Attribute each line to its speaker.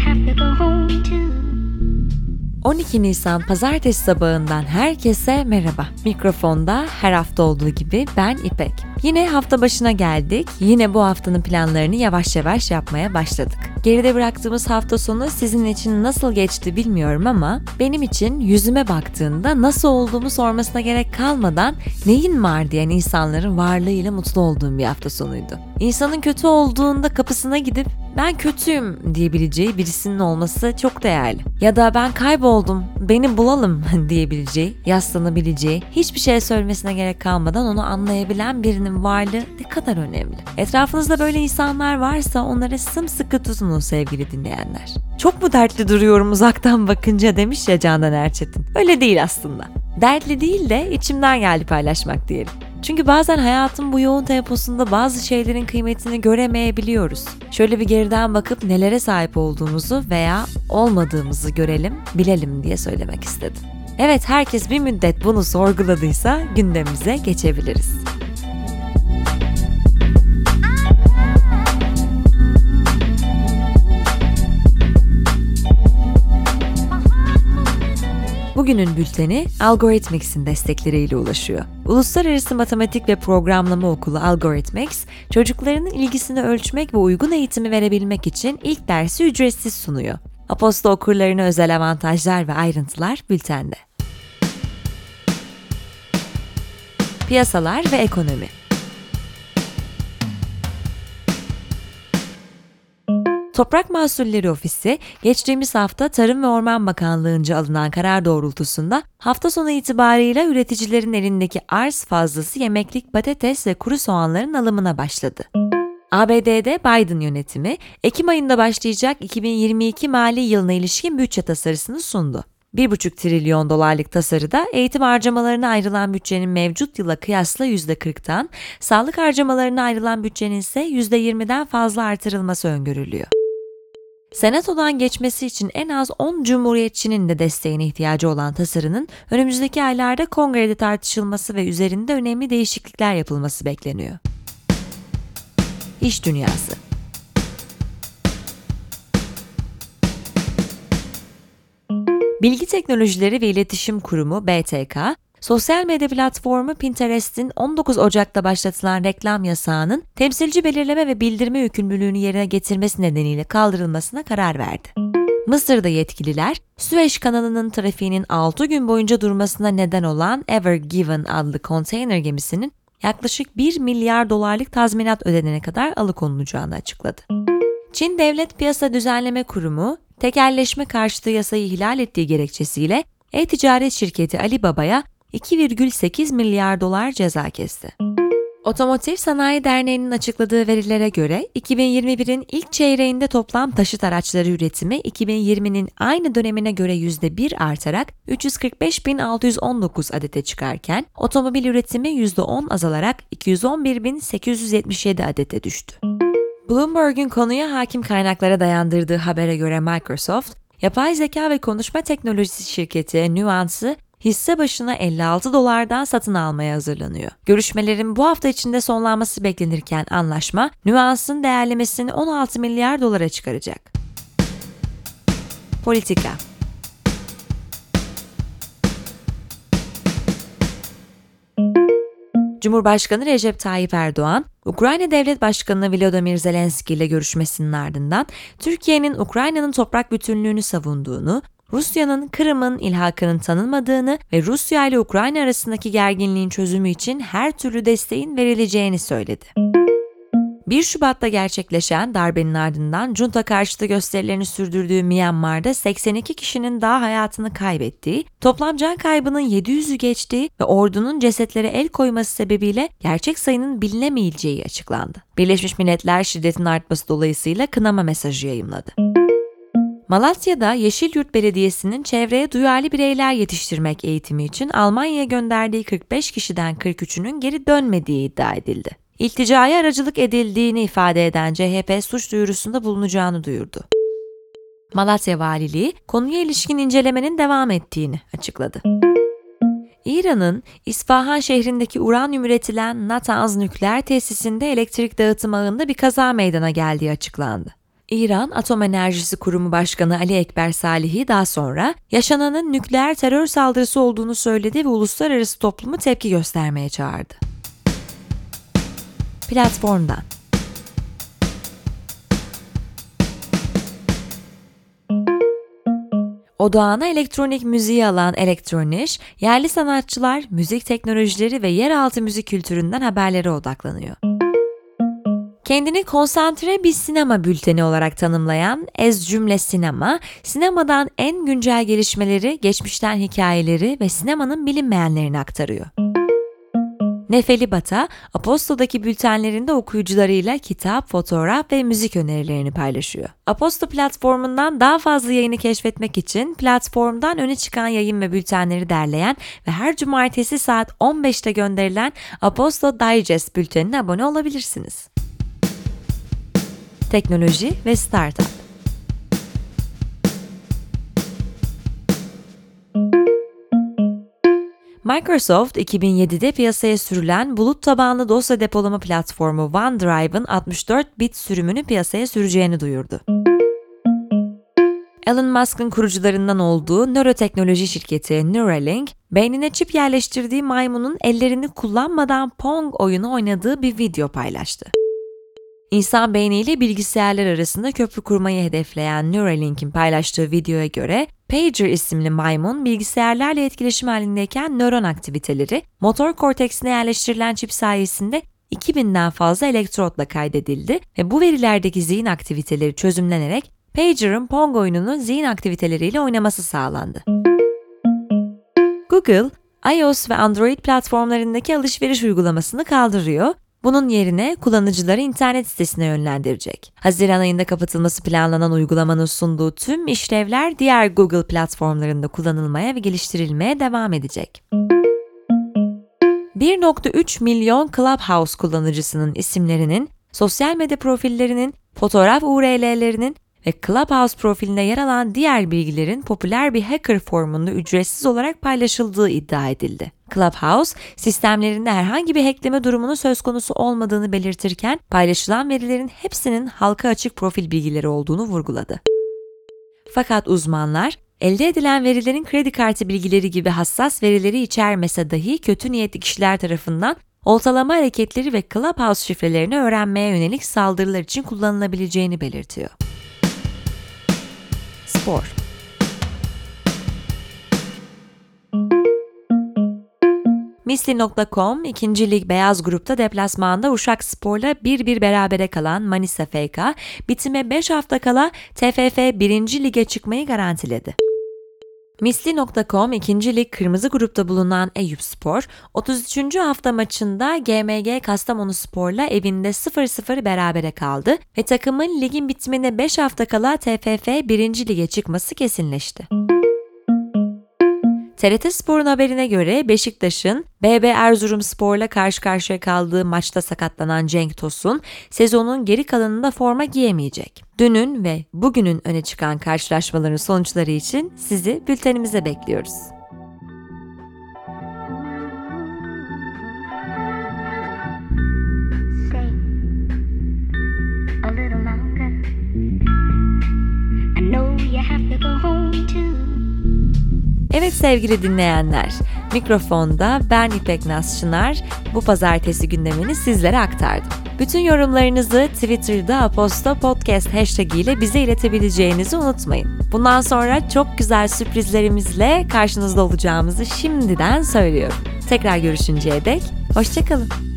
Speaker 1: have to go home too.
Speaker 2: 12 Nisan Pazartesi sabahından herkese merhaba. Mikrofonda her hafta olduğu gibi ben İpek. Yine hafta başına geldik. Yine bu haftanın planlarını yavaş yavaş yapmaya başladık. Geride bıraktığımız hafta sonu sizin için nasıl geçti bilmiyorum ama benim için yüzüme baktığında nasıl olduğumu sormasına gerek kalmadan neyin var diyen insanların varlığıyla mutlu olduğum bir hafta sonuydu. İnsanın kötü olduğunda kapısına gidip ben kötüyüm diyebileceği birisinin olması çok değerli. Ya da ben kayboldum, beni bulalım diyebileceği, yaslanabileceği, hiçbir şey söylemesine gerek kalmadan onu anlayabilen birinin varlığı ne kadar önemli. Etrafınızda böyle insanlar varsa onlara sımsıkı tutunun sevgili dinleyenler. Çok mu dertli duruyorum uzaktan bakınca demiş ya Candan Erçetin. Öyle değil aslında. Dertli değil de içimden geldi paylaşmak diyelim. Çünkü bazen hayatın bu yoğun temposunda bazı şeylerin kıymetini göremeyebiliyoruz. Şöyle bir geriden bakıp nelere sahip olduğumuzu veya olmadığımızı görelim, bilelim diye söylemek istedim. Evet, herkes bir müddet bunu sorguladıysa gündemimize geçebiliriz. Bugünün bülteni Algorithmics'in destekleriyle ulaşıyor. Uluslararası Matematik ve Programlama Okulu Algorithmics, çocuklarının ilgisini ölçmek ve uygun eğitimi verebilmek için ilk dersi ücretsiz sunuyor. Aposto okurlarına özel avantajlar ve ayrıntılar bültende. Piyasalar ve ekonomi. Toprak Mahsulleri Ofisi, geçtiğimiz hafta Tarım ve Orman Bakanlığı'nca alınan karar doğrultusunda hafta sonu itibarıyla üreticilerin elindeki arz fazlası yemeklik patates ve kuru soğanların alımına başladı. ABD'de Biden yönetimi, Ekim ayında başlayacak 2022 mali yılına ilişkin bütçe tasarısını sundu. 1,5 trilyon dolarlık tasarıda eğitim harcamalarına ayrılan bütçenin mevcut yıla kıyasla %40'tan, sağlık harcamalarına ayrılan bütçenin ise %20'den fazla artırılması öngörülüyor. Senatodan geçmesi için en az 10 cumhuriyetçinin de desteğine ihtiyacı olan tasarının önümüzdeki aylarda kongrede tartışılması ve üzerinde önemli değişiklikler yapılması bekleniyor. İş dünyası. Bilgi Teknolojileri ve İletişim Kurumu BTK, sosyal medya platformu Pinterest'in 19 Ocak'ta başlatılan reklam yasağının temsilci belirleme ve bildirme yükümlülüğünü yerine getirmesi nedeniyle kaldırılmasına karar verdi. Mısır'da yetkililer, Süveyş kanalının trafiğinin 6 gün boyunca durmasına neden olan Ever Given adlı konteyner gemisinin yaklaşık 1 milyar dolarlık tazminat ödenene kadar alıkonulacağını açıkladı. Çin Devlet Piyasa Düzenleme Kurumu, tekelleşme karşıtı yasayı ihlal ettiği gerekçesiyle e-ticaret şirketi Alibaba'ya 2,8 milyar dolar ceza kesti. Otomotiv Sanayi Derneği'nin açıkladığı verilere göre 2021'in ilk çeyreğinde toplam taşıt araçları üretimi 2020'nin aynı dönemine göre %1 artarak 345.619 adete çıkarken otomobil üretimi %10 azalarak 211.877 adete düştü. Bloomberg'un konuya hakim kaynaklara dayandırdığı habere göre Microsoft, yapay zeka ve konuşma teknolojisi şirketi Nuance'ı hisse başına 56 dolardan satın almaya hazırlanıyor. Görüşmelerin bu hafta içinde sonlanması beklenirken anlaşma, Nuance'ın değerlemesini 16 milyar dolara çıkaracak. Politika. Cumhurbaşkanı Recep Tayyip Erdoğan, Ukrayna Devlet Başkanı Volodymyr Zelenski ile görüşmesinin ardından Türkiye'nin Ukrayna'nın toprak bütünlüğünü savunduğunu, Rusya'nın Kırım'ın ilhakının tanınmadığını ve Rusya ile Ukrayna arasındaki gerginliğin çözümü için her türlü desteğin verileceğini söyledi. 1 Şubat'ta gerçekleşen darbenin ardından junta karşıtı gösterilerini sürdürdüğü Myanmar'da 82 kişinin daha hayatını kaybettiği, toplam can kaybının 700'ü geçtiği ve ordunun cesetlere el koyması sebebiyle gerçek sayının bilinemeyeceği açıklandı. Birleşmiş Milletler şiddetin artması dolayısıyla kınama mesajı yayımladı. Malatya'da Yeşilyurt Belediyesi'nin çevreye duyarlı bireyler yetiştirmek eğitimi için Almanya'ya gönderdiği 45 kişiden 43'ünün geri dönmediği iddia edildi. İlticaya aracılık edildiğini ifade eden CHP suç duyurusunda bulunacağını duyurdu. Malatya Valiliği konuya ilişkin incelemenin devam ettiğini açıkladı. İran'ın İsfahan şehrindeki uranyum üretilen Natanz nükleer tesisinde elektrik dağıtım ağında bir kaza meydana geldiği açıklandı. İran Atom Enerjisi Kurumu Başkanı Ali Ekber Salihi daha sonra yaşananın nükleer terör saldırısı olduğunu söyledi ve uluslararası toplumu tepki göstermeye çağırdı. Platformdan. Odağına elektronik müziği alan Elektroniş, yerli sanatçılar, müzik teknolojileri ve yeraltı müzik kültüründen haberlere odaklanıyor. Kendini konsantre bir sinema bülteni olarak tanımlayan Ez Cümle Sinema, sinemadan en güncel gelişmeleri, geçmişten hikayeleri ve sinemanın bilinmeyenlerini aktarıyor. Nefeli Bata, Aposto'daki bültenlerinde okuyucularıyla kitap, fotoğraf ve müzik önerilerini paylaşıyor. Aposto platformundan daha fazla yayını keşfetmek için platformdan öne çıkan yayın ve bültenleri derleyen ve her cumartesi saat 15'te gönderilen Aposto Digest bültenine abone olabilirsiniz. Teknoloji ve Startup. Microsoft, 2007'de piyasaya sürülen bulut tabanlı dosya depolama platformu OneDrive'ın 64-bit sürümünü piyasaya süreceğini duyurdu. Elon Musk'ın kurucularından olduğu nöroteknoloji şirketi Neuralink, beynine çip yerleştirdiği maymunun ellerini kullanmadan Pong oyunu oynadığı bir video paylaştı. İnsan beyniyle bilgisayarlar arasında köprü kurmayı hedefleyen Neuralink'in paylaştığı videoya göre, Pager isimli maymun bilgisayarlarla etkileşim halindeyken nöron aktiviteleri, motor korteksine yerleştirilen çip sayesinde 2000'den fazla elektrotla kaydedildi ve bu verilerdeki zihin aktiviteleri çözümlenerek Pager'ın Pong oyununu zihin aktiviteleriyle oynaması sağlandı. Google, iOS ve Android platformlarındaki alışveriş uygulamasını kaldırıyor. Bunun yerine kullanıcıları internet sitesine yönlendirecek. Haziran ayında kapatılması planlanan uygulamanın sunduğu tüm işlevler diğer Google platformlarında kullanılmaya ve geliştirilmeye devam edecek. 1.3 milyon Clubhouse kullanıcısının isimlerinin, sosyal medya profillerinin, fotoğraf URL'lerinin ve Clubhouse profilinde yer alan diğer bilgilerin popüler bir hacker forumunda ücretsiz olarak paylaşıldığı iddia edildi. Clubhouse, sistemlerinde herhangi bir hackleme durumunun söz konusu olmadığını belirtirken, paylaşılan verilerin hepsinin halka açık profil bilgileri olduğunu vurguladı. Fakat uzmanlar, elde edilen verilerin kredi kartı bilgileri gibi hassas verileri içermese dahi kötü niyetli kişiler tarafından oltalama hareketleri ve Clubhouse şifrelerini öğrenmeye yönelik saldırılar için kullanılabileceğini belirtiyor. Spor. Misli.com, 2. Lig Beyaz Grup'ta deplasmanda Uşakspor'la 1-1 berabere kalan Manisa FK, bitime 5 hafta kala TFF 1. Lig'e çıkmayı garantiledi. Misli.com, 2. Lig Kırmızı Grup'ta bulunan Eyüpspor, 33. hafta maçında GMG Kastamonuspor'la evinde 0-0 berabere kaldı ve takımın ligin bitimine 5 hafta kala TFF 1. Lig'e çıkması kesinleşti. TRT Spor'un haberine göre Beşiktaş'ın BB Erzurumspor'la karşı karşıya kaldığı maçta sakatlanan Cenk Tosun, sezonun geri kalanında forma giyemeyecek. Dünün ve bugünün öne çıkan karşılaşmaların sonuçları için sizi bültenimize bekliyoruz. Evet sevgili dinleyenler, mikrofonda ben İpek Naz Çınar, bu pazartesi gündemini sizlere aktardım. Bütün yorumlarınızı Twitter'da Aposto Podcast hashtag ile bize iletebileceğinizi unutmayın. Bundan sonra çok güzel sürprizlerimizle karşınızda olacağımızı şimdiden söylüyorum. Tekrar görüşünceye dek, hoşça kalın.